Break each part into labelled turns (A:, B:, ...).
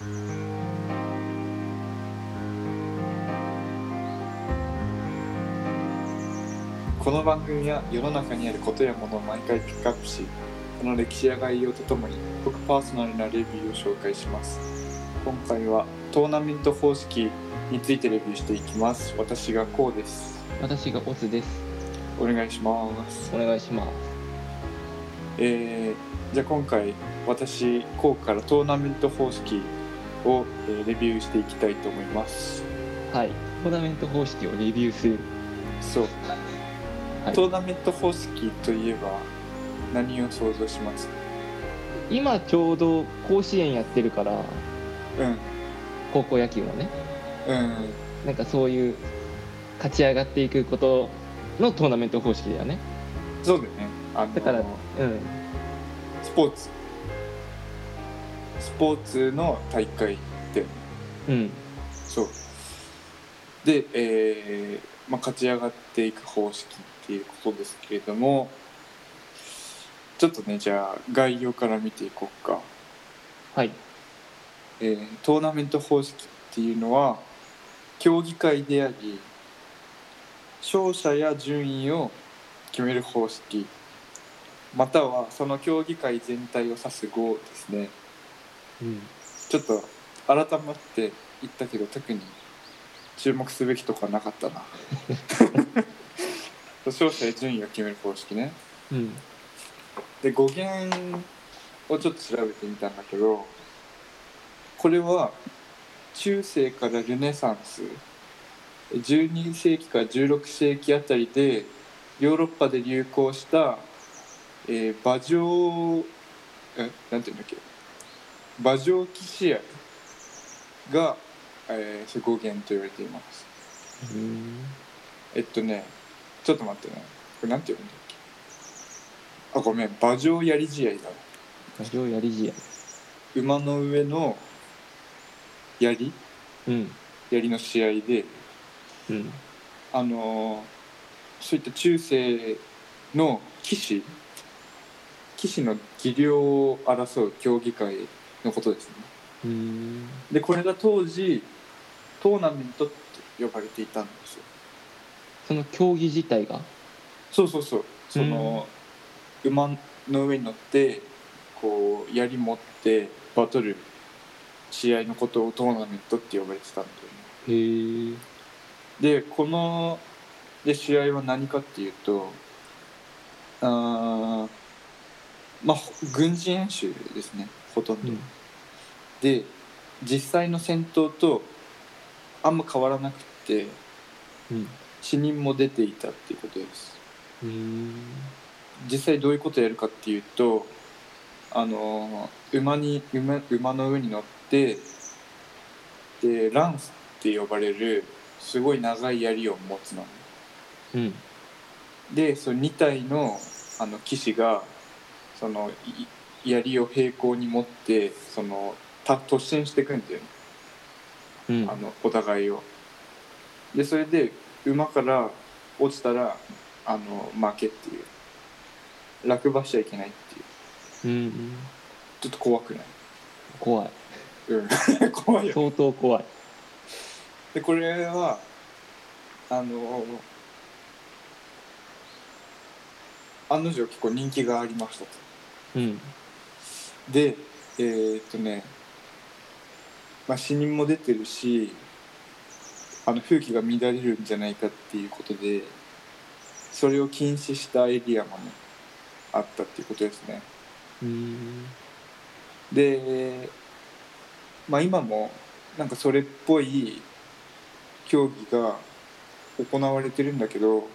A: この番組は世の中にあることやものを毎回ピックアップし、その歴史や概要とともに僕パーソナルなレビューを紹介します。今回はトーナメント方式についてレビューしていきます。私がこうです。
B: 私がオズです。
A: お願いします。
B: お願いします。
A: じゃあ今回私こうからトーナメント方式を、レビューしていきたいと思います。
B: はい、トーナメント方式をレビューする。
A: そう、はい、トーナメント方式といえば何を想像します？
B: 今ちょうど甲子園やってるから、高校野球のね、なんかそういう勝ち上がっていくことのトーナメント方式だよね。
A: そうだね。
B: だから、
A: スポーツの大会で、そうで、勝ち上がっていく方式っていうことですけれども、ちょっとね、じゃあ概要から見ていこうか。
B: はい。
A: トーナメント方式っていうのは競技会であり、勝者や順位を決める方式、またはその競技会全体を指す語ですね。ちょっと改まって言ったけど特に注目すべきとこはなかったな。勝者や順位を決める方式ね。で、語源をちょっと調べてみたんだけど、これは中世からルネサンス、12世紀から16世紀あたりでヨーロッパで流行した、馬上なんていうんだっけ、馬上騎士愛が、語源と言われています。ちょっと待ってね、これなんて言うんだっけ。ごめん、馬上槍試合だ。
B: 馬上槍試合、
A: 馬の上の槍、槍の試合で、そういった中世の騎士の技量を争う競技会のことですね。で、これが当時トーナメントって呼ばれていたんですよ。
B: その競技自体が？
A: そう、その馬の上に乗ってこう槍持ってバトル試合のことをトーナメントって呼ばれてたんだよね。で、この試合は何かっていうと、軍事演習ですね、ほとんど。で、実際の戦闘とあんま変わらなくて、死人も出ていたっていうことです。実際どういうことをやるかっていうと、馬の上に乗って、でランスって呼ばれるすごい長い槍を持つの。で、その2体の騎士がその槍を平行に持って突進していくんだよね、お互いを。で、それで馬から落ちたら負けっていう、落馬しちゃいけないっていう、ちょっと怖くない？
B: 怖い。
A: 怖いよ。
B: 相当怖い。
A: で、これは案の定結構人気がありましたと。で、死人も出てるし、風紀が乱れるんじゃないかっていうことで、それを禁止したエリアもあったっていうことですね。で、今もなんかそれっぽい競技が行われてるんだけど、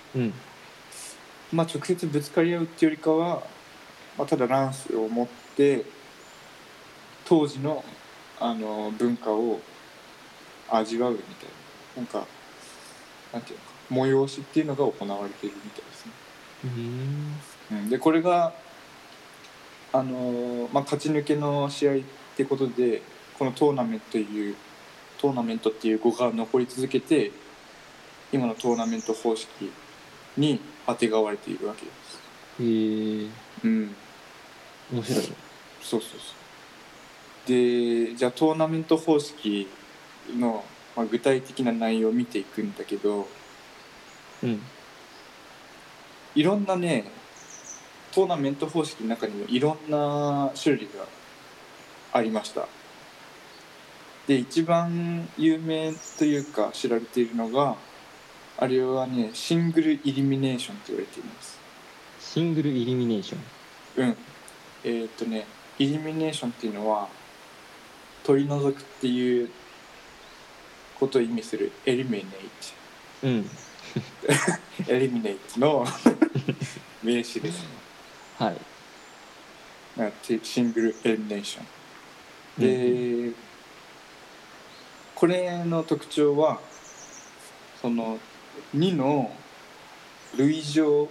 A: 直接ぶつかり合うっていうよりかは、ただランスを持って当時の文化を味わうみたいな、なんていうのか、催しっていうのが行われているみたいですね。で、これが勝ち抜けの試合ってことで、このトーナメントっていう語が残り続けて、今のトーナメント方式にあてがわれているわけです。
B: 面白い。
A: そう。 でじゃあトーナメント方式の、具体的な内容を見ていくんだけど、いろんなねトーナメント方式の中にもいろんな種類がありました。で一番有名というか知られているのがあれはねシングルイリミネーションと言われています。
B: シングルイリミネーション。
A: イリミネーションっていうのは取り除くっていうことを意味するエリミネート、エリミネートの名詞ですね。
B: はい。
A: シングルエリミネーションで、これの特徴はその2の類乗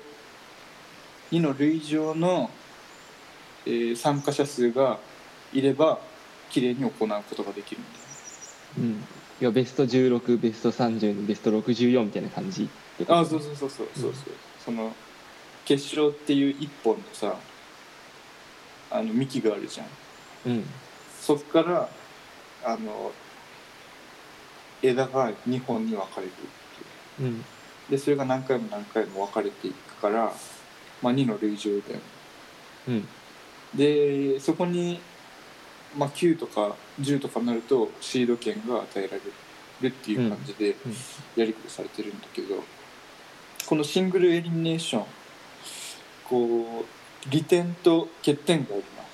A: の、参加者数がいればきれいに行うことができるんだよ。
B: いやベスト16、ベスト32、ベスト64みたいな感じ。
A: そう。その決勝っていう一本のさ幹があるじゃん。そっから枝が2本に分かれていく。でそれが何回も分かれていくから、2の類乗だよね。でそこに、9とか10とかになるとシード権が与えられるっていう感じでやりくりされてるんだけど、このシングルエリミネーションこう利点と欠点があります。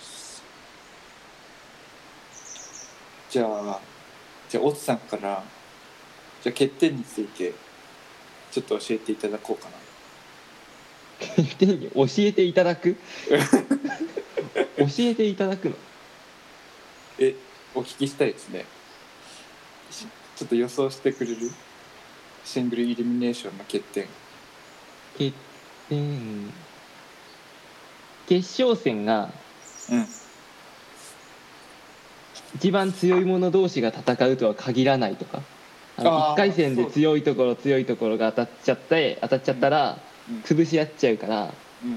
A: じゃあオツさんから欠点についてちょっと教えていただこうかな。
B: 欠点に教えていただく教えていただくの
A: お聞きしたいですね。ちょっと予想してくれる？シングルイルミネーションの欠点。
B: 決勝戦が一番強い者同士が戦うとは限らないとか、1回戦で強いところが当たっちゃったら潰し合っちゃうから、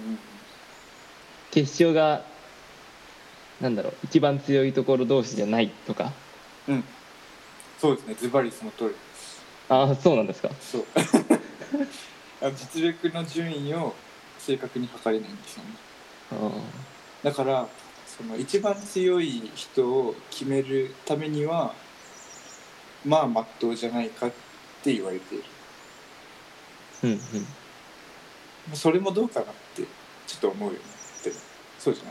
B: 決勝が一番強いところ同士じゃないとか。
A: そうですね、ズバリその通りです。
B: そうなんですか。
A: そう実力の順位を正確に測れないんですよね。だからその一番強い人を決めるためには真っ当じゃないかって言われている。それもどうかなってちょっと思うよね。でもそうじゃない？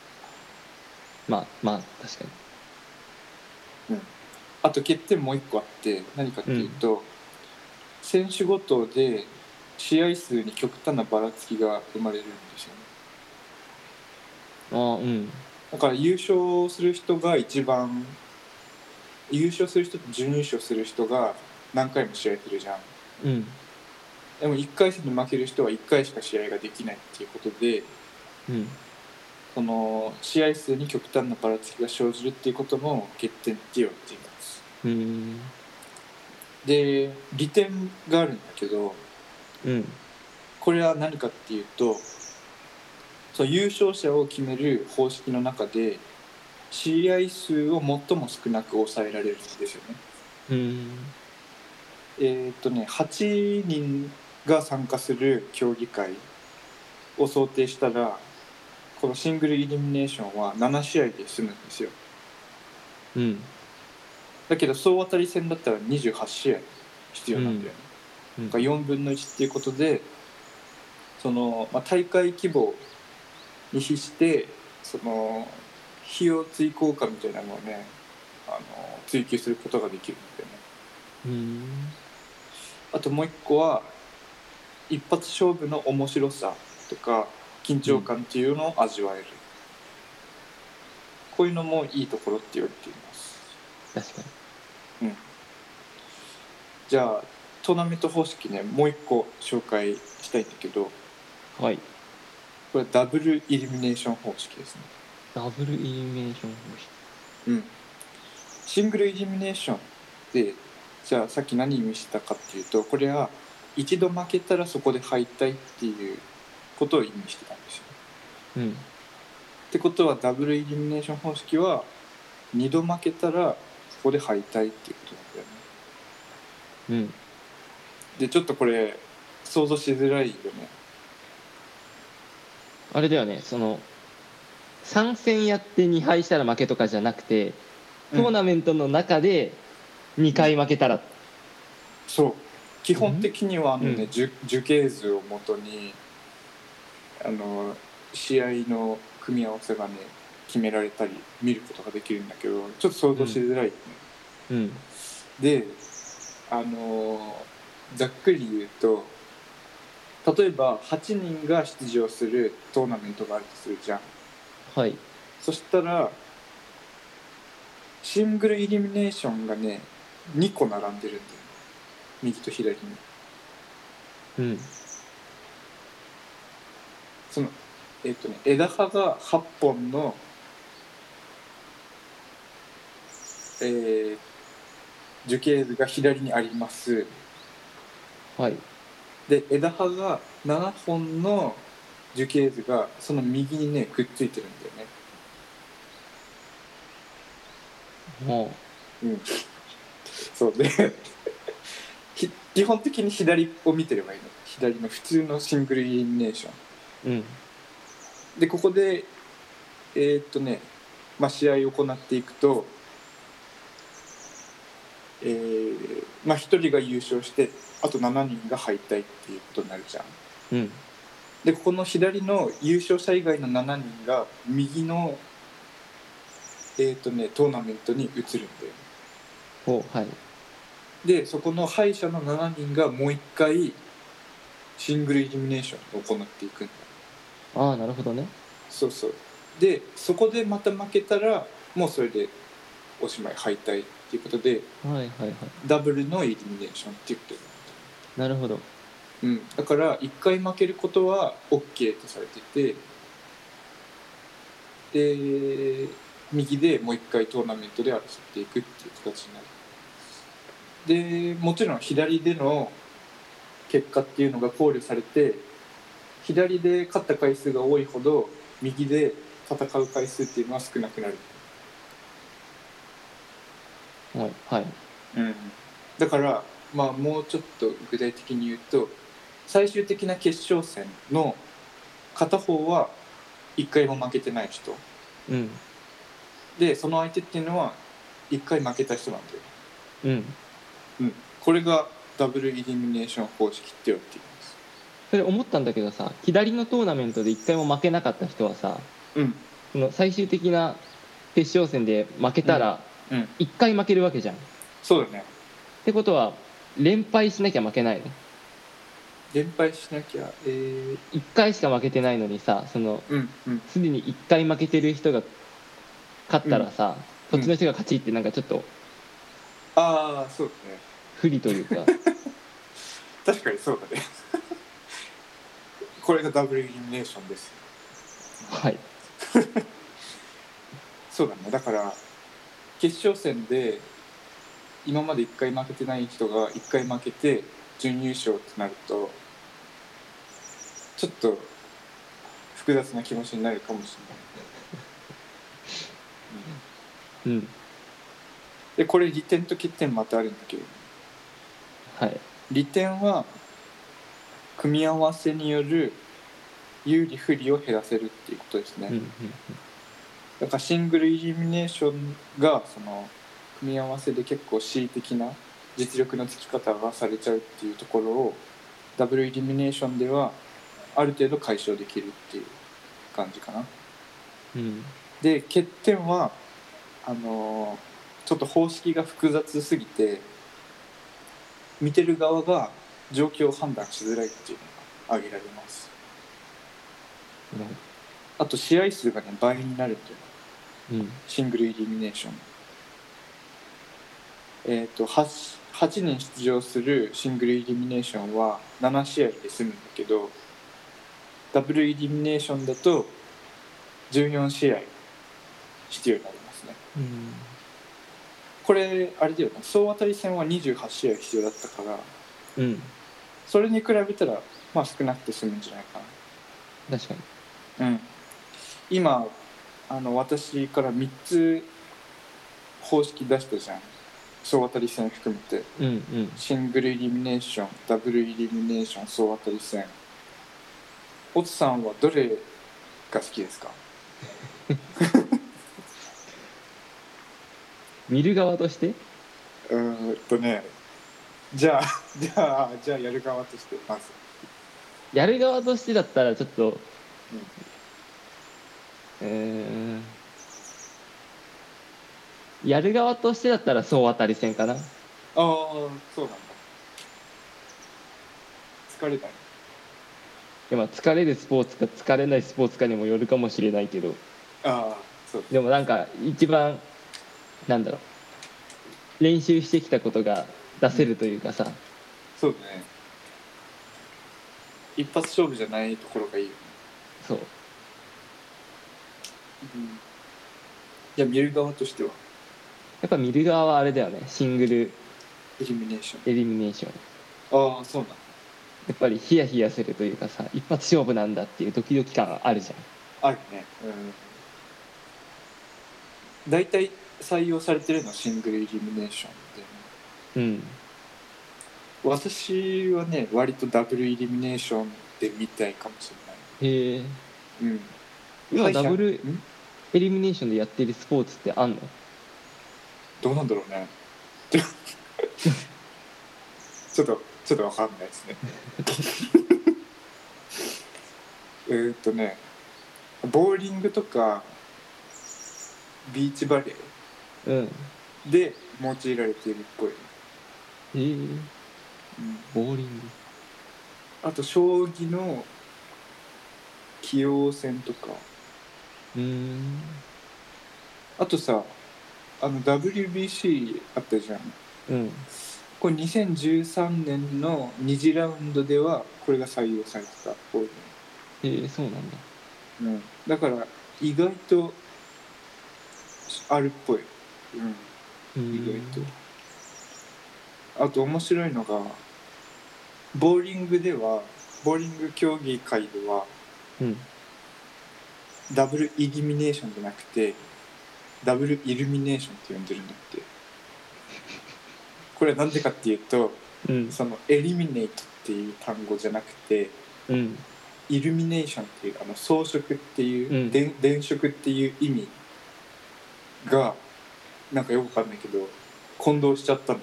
B: 確か
A: に。あと欠点もう一個あって、何かっていうと、選手ごとで試合数に極端なばらつきが生まれるんですよね。だから優勝する人と準優勝する人が何回も試合するじゃん。でも1回戦で負ける人は1回しか試合ができないっていうことで、その試合数に極端なばらつきが生じるっていうことも欠点って言われています。で利点があるんだけど、これは何かっていうと、その優勝者を決める方式の中で試合数を最も少なく抑えられるんですよね。8人が参加する競技会を想定したら、このシングルイルミネーションは7試合で済むんですよ。だけど総当たり戦だったら28試合必要なんだよね。4分の1っていうことで、その、大会規模に比してその費用追効果みたいなのをね追求することができるんだよね。あともう一個は一発勝負の面白さとか緊張感っていうのを味わえる、こういうのもいいところって言われています。
B: 確かに。
A: じゃあトーナメント方式ね、もう一個紹介したいんだけど、
B: はい、
A: これダブルイルミネーション方式ですね。
B: ダブルイルミネーション方
A: 式。シングルイルミネーションで、じゃあさっき何意味したかっていうと、これは一度負けたらそこで敗退っていうことを意味してたんですよ。ってことはダブルイルミネーション方式は 2度負けたらそこで敗退っていうことなんだよね。
B: うん。
A: でちょっとこれ想像しづらいよね。
B: あれだよね、その3戦やって2敗したら負けとかじゃなくて、トーナメントの中で2回負けたら、うん、
A: そう基本的には樹形図をもとに試合の組み合わせがね決められたり見ることができるんだけど、ちょっと想像しづらいよね。
B: うん、
A: でざっくり言うと、例えば8人が出場するトーナメントがあるとするじゃん。
B: はい。
A: そしたらシングルイリミネーションがね2個並んでるんだよ、右と左に。
B: うん。
A: その枝葉が8本の樹形図が左にあります。
B: はい。
A: で枝葉が7本の樹形図がその右にねくっついてるんだよね。
B: も
A: う、うん、そうで基本的に左を見てればいいの。左の普通のシングルイリミネーション、うん、でここで試合を行っていくと、1人が優勝してあと7人が敗退っていうことになるじゃん。
B: うん、
A: でここの左の優勝者以外の7人が右の、トーナメントに移るんだよ。
B: お、はい。
A: でそこの敗者の7人がもう一回シングルイリミネーションを行っていくんだ。
B: ああ、なるほどね。
A: そうそう。でそこでまた負けたらもうそれでおしまい、敗退っていうことで、
B: はいはいはい、
A: ダブルのイリミネーションっていうこと
B: になる。なるほど。
A: うん、だから1回負けることは OK とされてて、で右でもう1回トーナメントで争っていくっていう形になる。でもちろん左での結果っていうのが考慮されて、左で勝った回数が多いほど右で戦う回数っていうのは少なくなる。
B: はいはい。
A: うん、だからもうちょっと具体的に言うと、最終的な決勝戦の片方は1回も負けてない人、
B: うん、
A: でその相手っていうのは1回負けた人なんだよ。
B: うん
A: うん、これがダブルイリミネーション方式って言っています。
B: それ思ったんだけどさ、左のトーナメントで1回も負けなかった人はさ、
A: うん、
B: その最終的な決勝戦で負けたら1回負けるわけじゃん。
A: そうだね。
B: ってことは連敗しなきゃ負けないの？
A: 連敗しなきゃ、
B: 1回しか負けてないのにさ、そのすでに1回負けてる人が勝ったらさ、そっちの人が勝ちってなんかちょっと、
A: ああそうだね、
B: 不利というか
A: 確かにそうだねこれがダブルイリミネーションです。
B: はい
A: そうだね。だから決勝戦で今まで1回負けてない人が1回負けて準優勝ってなるとちょっと複雑な気持ちになるかもしれない、うん、でこれ利点と欠点またあるんだけど、
B: はい、
A: 利点は組み合わせによる有利不利を減らせるっていうことですね、だからシングルイリミネーションがその組み合わせで結構恣意的な実力のつき方がされちゃうっていうところをダブルイリミネーションではある程度解消できるっていう感じかな、
B: うん、
A: で欠点はちょっと方式が複雑すぎて見てる側が状況を判断しづらいっていうのが挙げられます、あと試合数がね倍になるっていう、シングルイリミネーション、8人出場するシングルイリミネーションは7試合で済むんだけど、ダブルイリミネーションだと14試合必要になりますね、これあれだよね、総当たり戦は28試合必要だったから、それに比べたら少なくて済むんじゃないか
B: な。確かに。
A: 今私から3つ方式出したじゃん、総当たり戦含めて、
B: うんうん、
A: シングルイリミネーション、ダブルイリミネーション、総当たり戦。オツさんはどれが好きですか？
B: 見る側として？
A: ね、じゃあやる側として、まず
B: やる側としてだったらちょっと、やる側としてだったら総当たり戦かな。
A: ああ、そうなんだ。疲れない？
B: でも疲れるスポーツか疲れないスポーツかにもよるかもしれないけど、
A: ああ、そう。
B: でもなんか一番なんだろう、練習してきたことが出せるというかさ、
A: そうだね。一発勝負じゃないところがいいよね。
B: そう。
A: いや、見る側としては
B: やっぱ見る側はあれだよね、シングル
A: エリミネーション。
B: エリミネーション。
A: ああ、そうなんだ。
B: やっぱりヒヤヒヤするというかさ、一発勝負なんだっていうドキドキ感あるじゃ
A: ん。あるね。大体採用されてるのはシングルエリミネーションで、ね、私はね、割とダブルエリミネーションで見たいかもしれない。
B: へえ。今ダブルエリミネーションでやってるスポーツってあんの？ど
A: うなんだろうね。ちょっと分かんないですね。ボーリングとかビーチバレーで用いられているっぽい。
B: ボーリング。
A: あと将棋の棋王戦とか。あとさ、WBC あったじゃん。これ2013年の2次ラウンドではこれが採用されてたっぽいね。
B: そうなんだ。
A: だから意外とあるっぽい。意外と。あと面白いのが、ボーリング競技会では、ダブルイリミネーションじゃなくてダブルイルミネーションって呼んでるんだって。これはなんでかっていうと、そのエリミネートっていう単語じゃなくて、イルミネーションっていう装飾っていう、電飾っていう意味がなんかよくわかんないけど混同しちゃったんだって。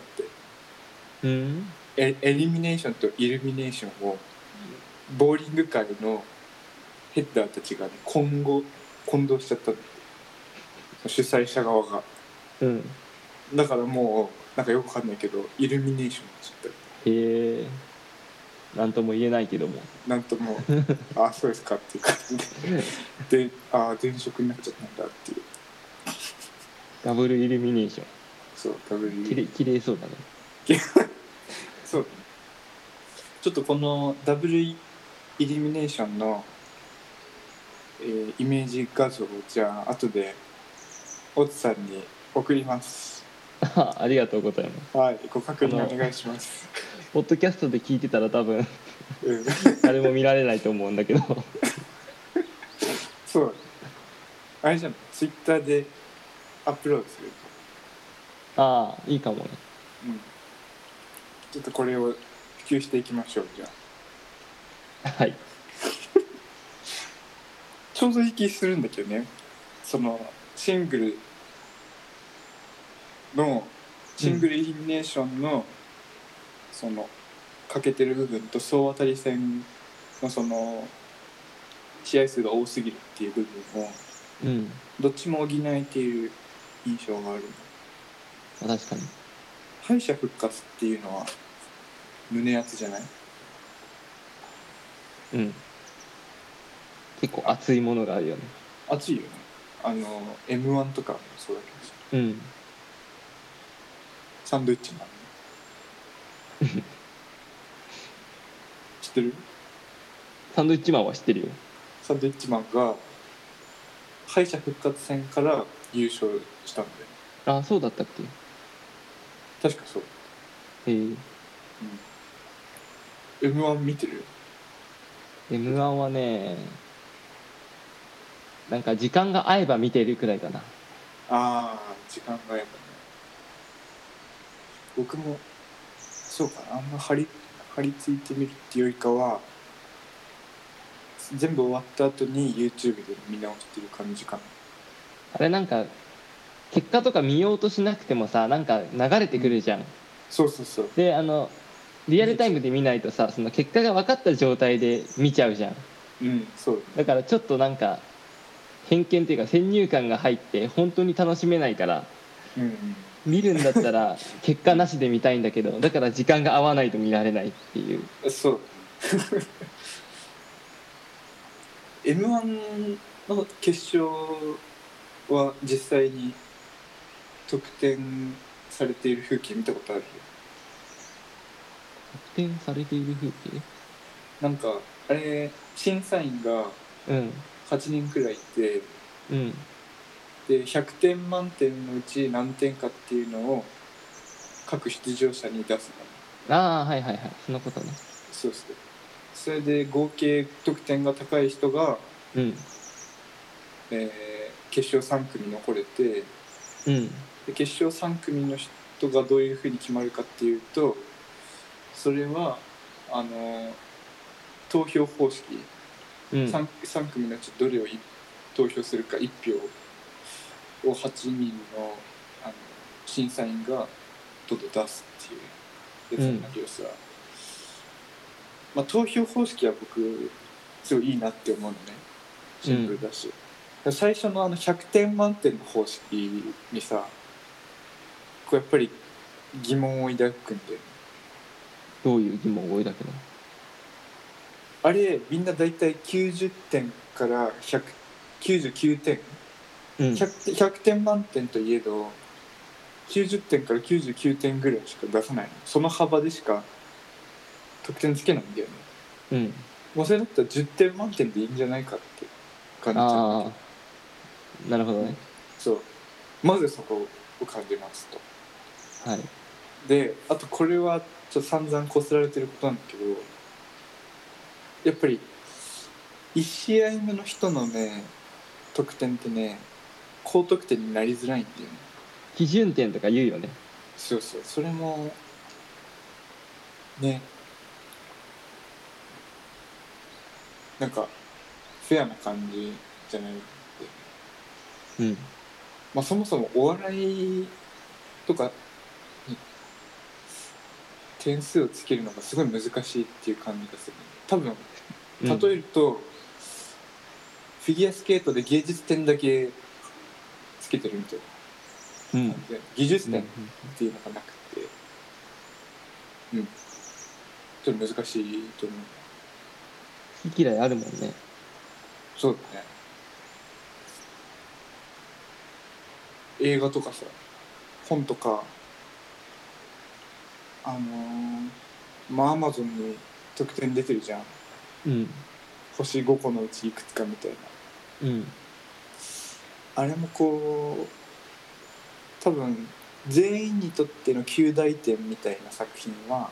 A: エリミネーションとイルミネーションをボーリング界のヘッダーたちが、ね、混同しちゃったんだって、主催者側が。だからもうなんかよくわかんないけどイルミネーションになっちゃった。
B: なんとも言えないけども。
A: なんともあ、そうですかっていう感じでで、電飾になっちゃったんだっていう。
B: ダブルイルミネーション。
A: そう、ダブルイルミネーション。
B: きれいそうだね。
A: そうだね。ちょっとこのダブルイルミネーションの、イメージ画像をじゃあ後でオツさんに送ります。
B: ありがとうございます。
A: はい、ご確認お願いします。
B: ポッドキャストで聞いてたら多分誰も見られないと思うんだけど。
A: そう、あれじゃん、ツイッターでアップロードする。
B: いいかもね。
A: ちょっとこれを普及していきましょう。じゃ
B: あ、はい。
A: ちょうどいい気するんだけどね。そのシングルイルミネーションのその欠けてる部分と総当たり戦のその試合数が多すぎるっていう部分を、どっちも補えている印象がある。
B: 確かに。
A: 敗者復活っていうのは胸熱じゃない？
B: 結構熱いものがあるよね。
A: 熱いよね。M1 とかもそうだけどさ。サンドイッチマン知ってる？
B: サンドイッチマンは知ってるよ。サ
A: ンドイッチマンが敗者復活戦から優勝したんだよ。
B: そうだったっけ？
A: 確かそう。M1 見てる？
B: M1 はね、なんか時間が合えば見てるくらいかな。
A: 時間が合えばね。 僕もそうかな、あんま張り付いてみるっていうよりかは全部終わった後に YouTube で見直してる感じかな。
B: あれなんか結果とか見ようとしなくてもさ、なんか流れてくるじゃん、
A: そうそうそう。
B: でリアルタイムで見ないとさ、その結果が分かった状態で見ちゃうじゃん。
A: そう、
B: だからちょっとなんか偏見っていうか先入観が入って本当に楽しめないから、見るんだったら結果なしで見たいんだけど、だから時間が合わないと見られないっていう。
A: そうM1 の決勝は実際に得点されている風景見たことある？
B: 得点されている風景？
A: なんかあれ審査員が8人くらいいて、で100点満点のうち何点かっていうのを各出場者に出す
B: の。ああ、はいはいはい、そのことね。
A: そうそう。それで合計得点が高い人が、決勝3組残れて、で決勝3組の人がどういうふうに決まるかっていうと、それは投票方式、3組のうちどれを投票するか1票を8人の審査員がどんどん出すっていうやつなんだけどさ、投票方式は僕すごいいいなって思うのね。シンプルだし、最初の100点満点の方式にさ、こうやっぱり疑問を抱くんだよね。ど
B: ういう疑問を抱くの？
A: あれみんなだいたい90点から199点、100点満点といえど90点から99点ぐらいしか出さないの。その幅でしか得点つけないんだよね。もうそれだったら10点満点でいいんじゃないかって感じちゃう。
B: ああ、なるほどね。
A: そう、まずそこを感じますと。
B: はい。
A: で、あとこれはちょっと散々こすられてることなんだけど、やっぱり1試合目の人のね得点ってね高得点になりづらいんだよね。
B: 基準点とか言うよね。
A: そうそう、それもね、なんかフェアな感じじゃないんで、そもそもお笑いとかに点数をつけるのがすごい難しいっていう感じがする。多分例えると、フィギュアスケートで芸術点だけつけてるみたいな、技術点っていうのがなくて、ちょっと難しいと思う。
B: 好き嫌いあるもんね。
A: そうだね。映画とかさ、本とかAmazon に得点出てるじゃん。星5個のうちいくつかみたいな。あれもこう多分全員にとっての9大点みたいな作品は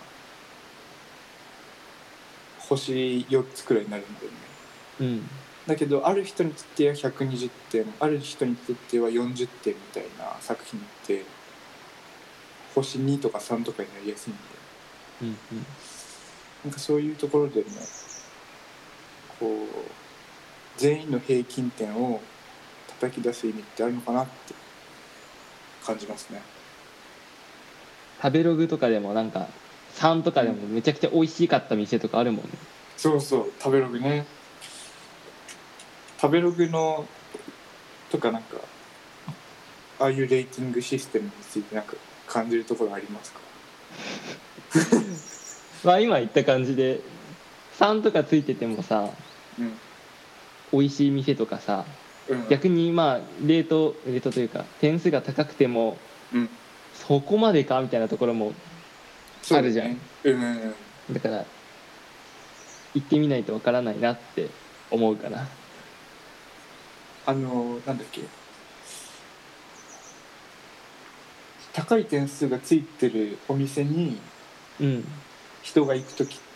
A: 星4つくらいになるんだよね。だけどある人にとっては120点、ある人にとっては40点みたいな作品って星2とか3とかになりやすいんだよ。なんかそういうところでもこう全員の平均点を叩き出す意味ってあるのかなって感じますね。
B: 食べログとかでもなんか3とかでもめちゃくちゃ美味しかった店とかあるもんね。
A: そうそう、食べログね。食べログのとかなんかああいうレーティングシステムについてなんか感じるところありますか？
B: 今言った感じで3とかついててもさ、美味しい店とかさ、逆にレートというか点数が高くても、そこまでかみたいなところもあるじゃん。だから行ってみないとわからないなって思うかな。
A: なんだっけ、高い点数がついてるお店に人が行くときって、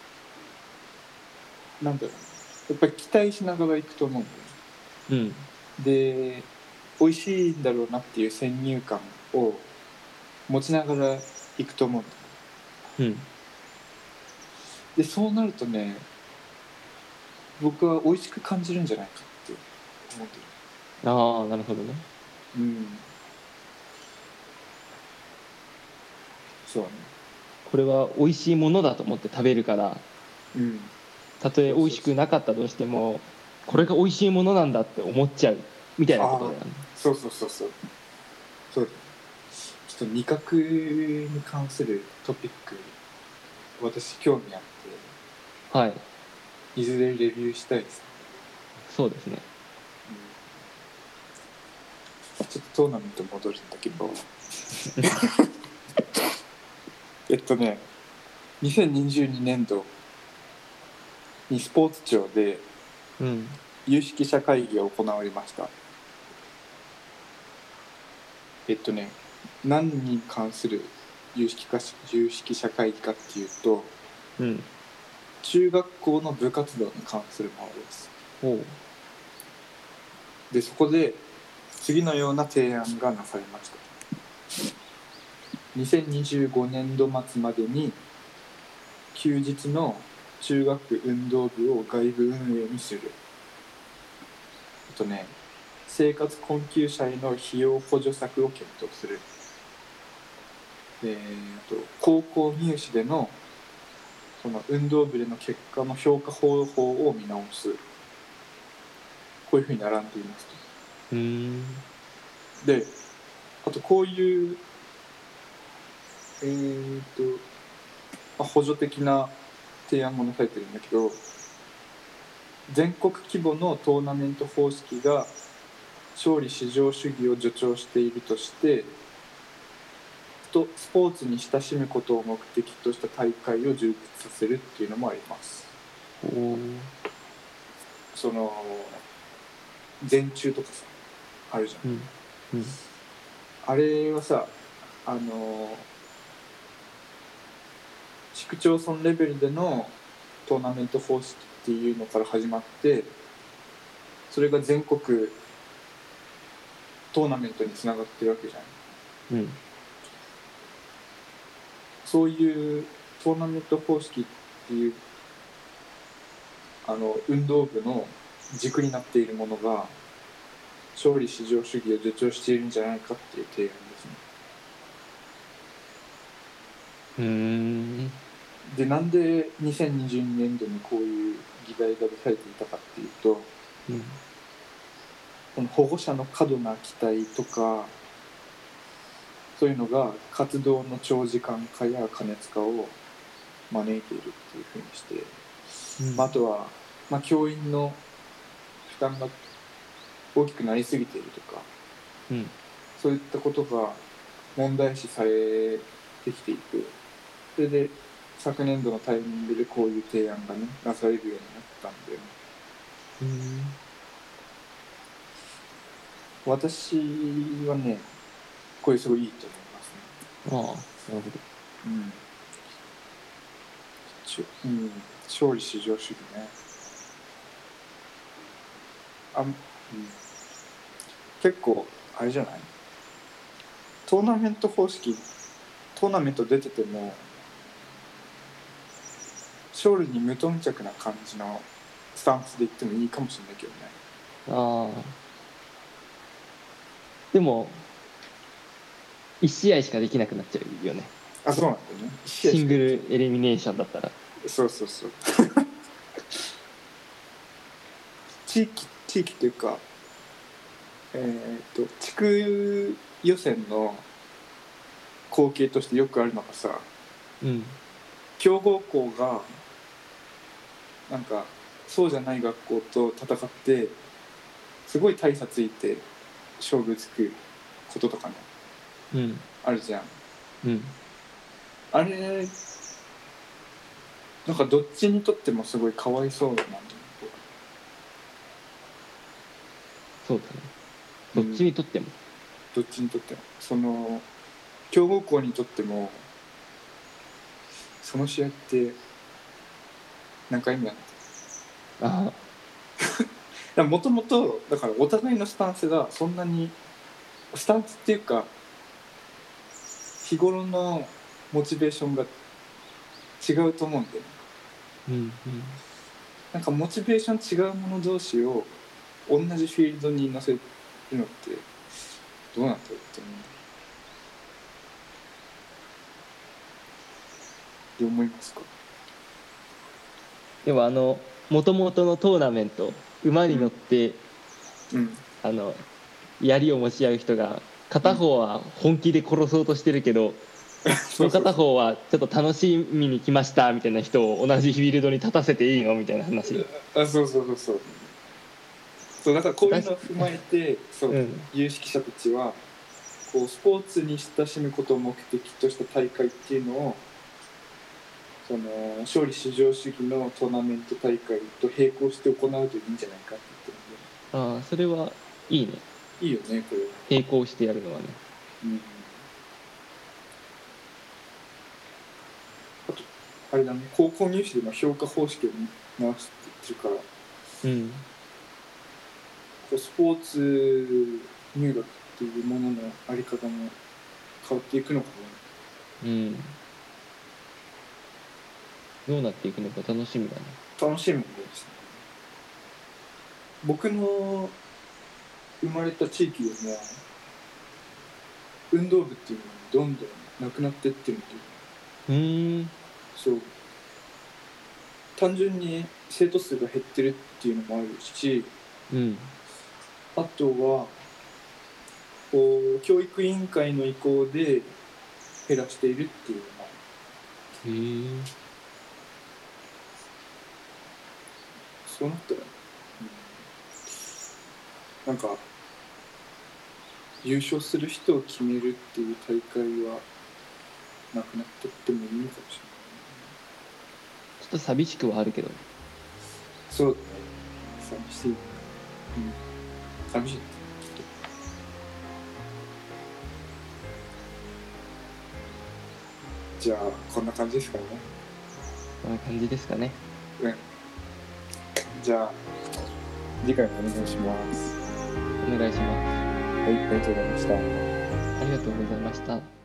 A: なんだろう、やっぱり期待しながら行くと思うんだよね。で美味しいんだろうなっていう先入観を持ちながら行くと思うんだ。
B: うん。
A: でそうなるとね、僕は美味しく感じるんじゃないかって思ってる。
B: ああ、なるほどね。
A: うん。そうね。
B: これは美味しいものだと思って食べるから、
A: うん。
B: たとえ美味しくなかったとしても、これが美味しいものなんだって思っちゃうみたいなことだよね。
A: そうそう。そうちょっと味覚に関するトピック、私興味あって、
B: はい。
A: いずれレビューしたいですね。
B: そうですね。
A: ちょっとトーナメント戻るんだけど2022年度にスポーツ庁で有識者会議が行われました。何に関する有識者会議かっていうと、中学校の部活動に関するものです。でそこで次のような提案がなされました。2025年度末までに休日の中学運動部を外部運営にする。生活困窮者への費用補助策を検討する。高校入試でのその運動部での結果の評価方法を見直す。こういうふうに並んでいますと。で、あとこういう補助的な提案もなされてるんだけど、全国規模のトーナメント方式が勝利至上主義を助長しているとして、スポーツに親しむことを目的とした大会を充実させるっていうのもあります。その全中とかさあるじゃん、あれはさ、市区町村レベルでのトーナメント方式っていうのから始まって、それが全国トーナメントにつながってるわけじゃん。そういうトーナメント方式っていう運動部の軸になっているものが勝利至上主義を助長しているんじゃないかっていう提案ですね。で、なんで2022年度にこういう議題が出されていたかっていうと、この保護者の過度な期待とか、そういうのが活動の長時間化や過熱化を招いているっていうふうにして、あとは、教員の負担が大きくなりすぎているとか、そういったことが問題視されてきていて、それで昨年度のタイミングでこういう提案がねなされるようになったんだよね。私はね、これすごいいいと思いますね。
B: なるほ
A: ど。勝利至上主義ね。結構あれじゃない？トーナメント方式、トーナメント出てても勝利に無頓着な感じのスタンスで言ってもいいかもしれないけどね。
B: でも1試合しかできなくなっちゃうよね。
A: そうなんだよね。
B: シングルエリミネーションだったら。
A: そう地域というか、地区予選の光景としてよくあるのがさ、強豪校がなんかそうじゃない学校と戦ってすごい大差ついて勝負つくこととかね、あるじゃん。あれなんかどっちにとってもすごいかわいそうだなと思って。
B: そうだね。どっちにとっても、
A: その強豪校にとってもその試合って何か意味あるの？もともとだからお互いのスタンスがそんなにスタンスっていうか日頃のモチベーションが違うと思うんだよね。
B: うんうん、
A: なんかモチベーション違う者同士を同じフィールドに乗せるのってどうなんだろうって思う。どう思いますか？
B: でももともとのトーナメント、馬に乗って、槍を持ち合う人が片方は本気で殺そうとしてるけど、その片方はちょっと楽しみに来ましたみたいな人を同じフィールドに立たせていいのみたいな話。
A: そうだからこういうのを踏まえて有識者たちはこうスポーツに親しむことを目的とした大会っていうのをその勝利至上主義のトーナメント大会と並行して行うといいんじゃないかって言ってるんで。
B: ああ、それはいいね。
A: いいよね、これ。
B: 並行してやるのはね。
A: あとあれだね、高校入試での評価方式を直すって言ってるから、こうスポーツ入学っていうもののあり方も変わっていくのか
B: な。どうなっていくのか楽しみだね。
A: 楽しみですね。僕の生まれた地域でも運動部っていうのがどんどんなくなってってるんで、そう単純に生徒数が減ってるっていうのもあるし、あとはこう教育委員会の意向で減らしているっていうのもある。そうなったら、なんか優勝する人を決めるっていう大会はなくなってってもいいのかもしれない。
B: ちょっと寂しくはあるけど。
A: そうだね。寂しい。寂しい。じゃあこんな感じですかね。
B: こんな感じですかね。
A: じゃあ次回もお願いします。
B: お願いします。
A: はい、ありがとうございました。
B: ありがとうございました。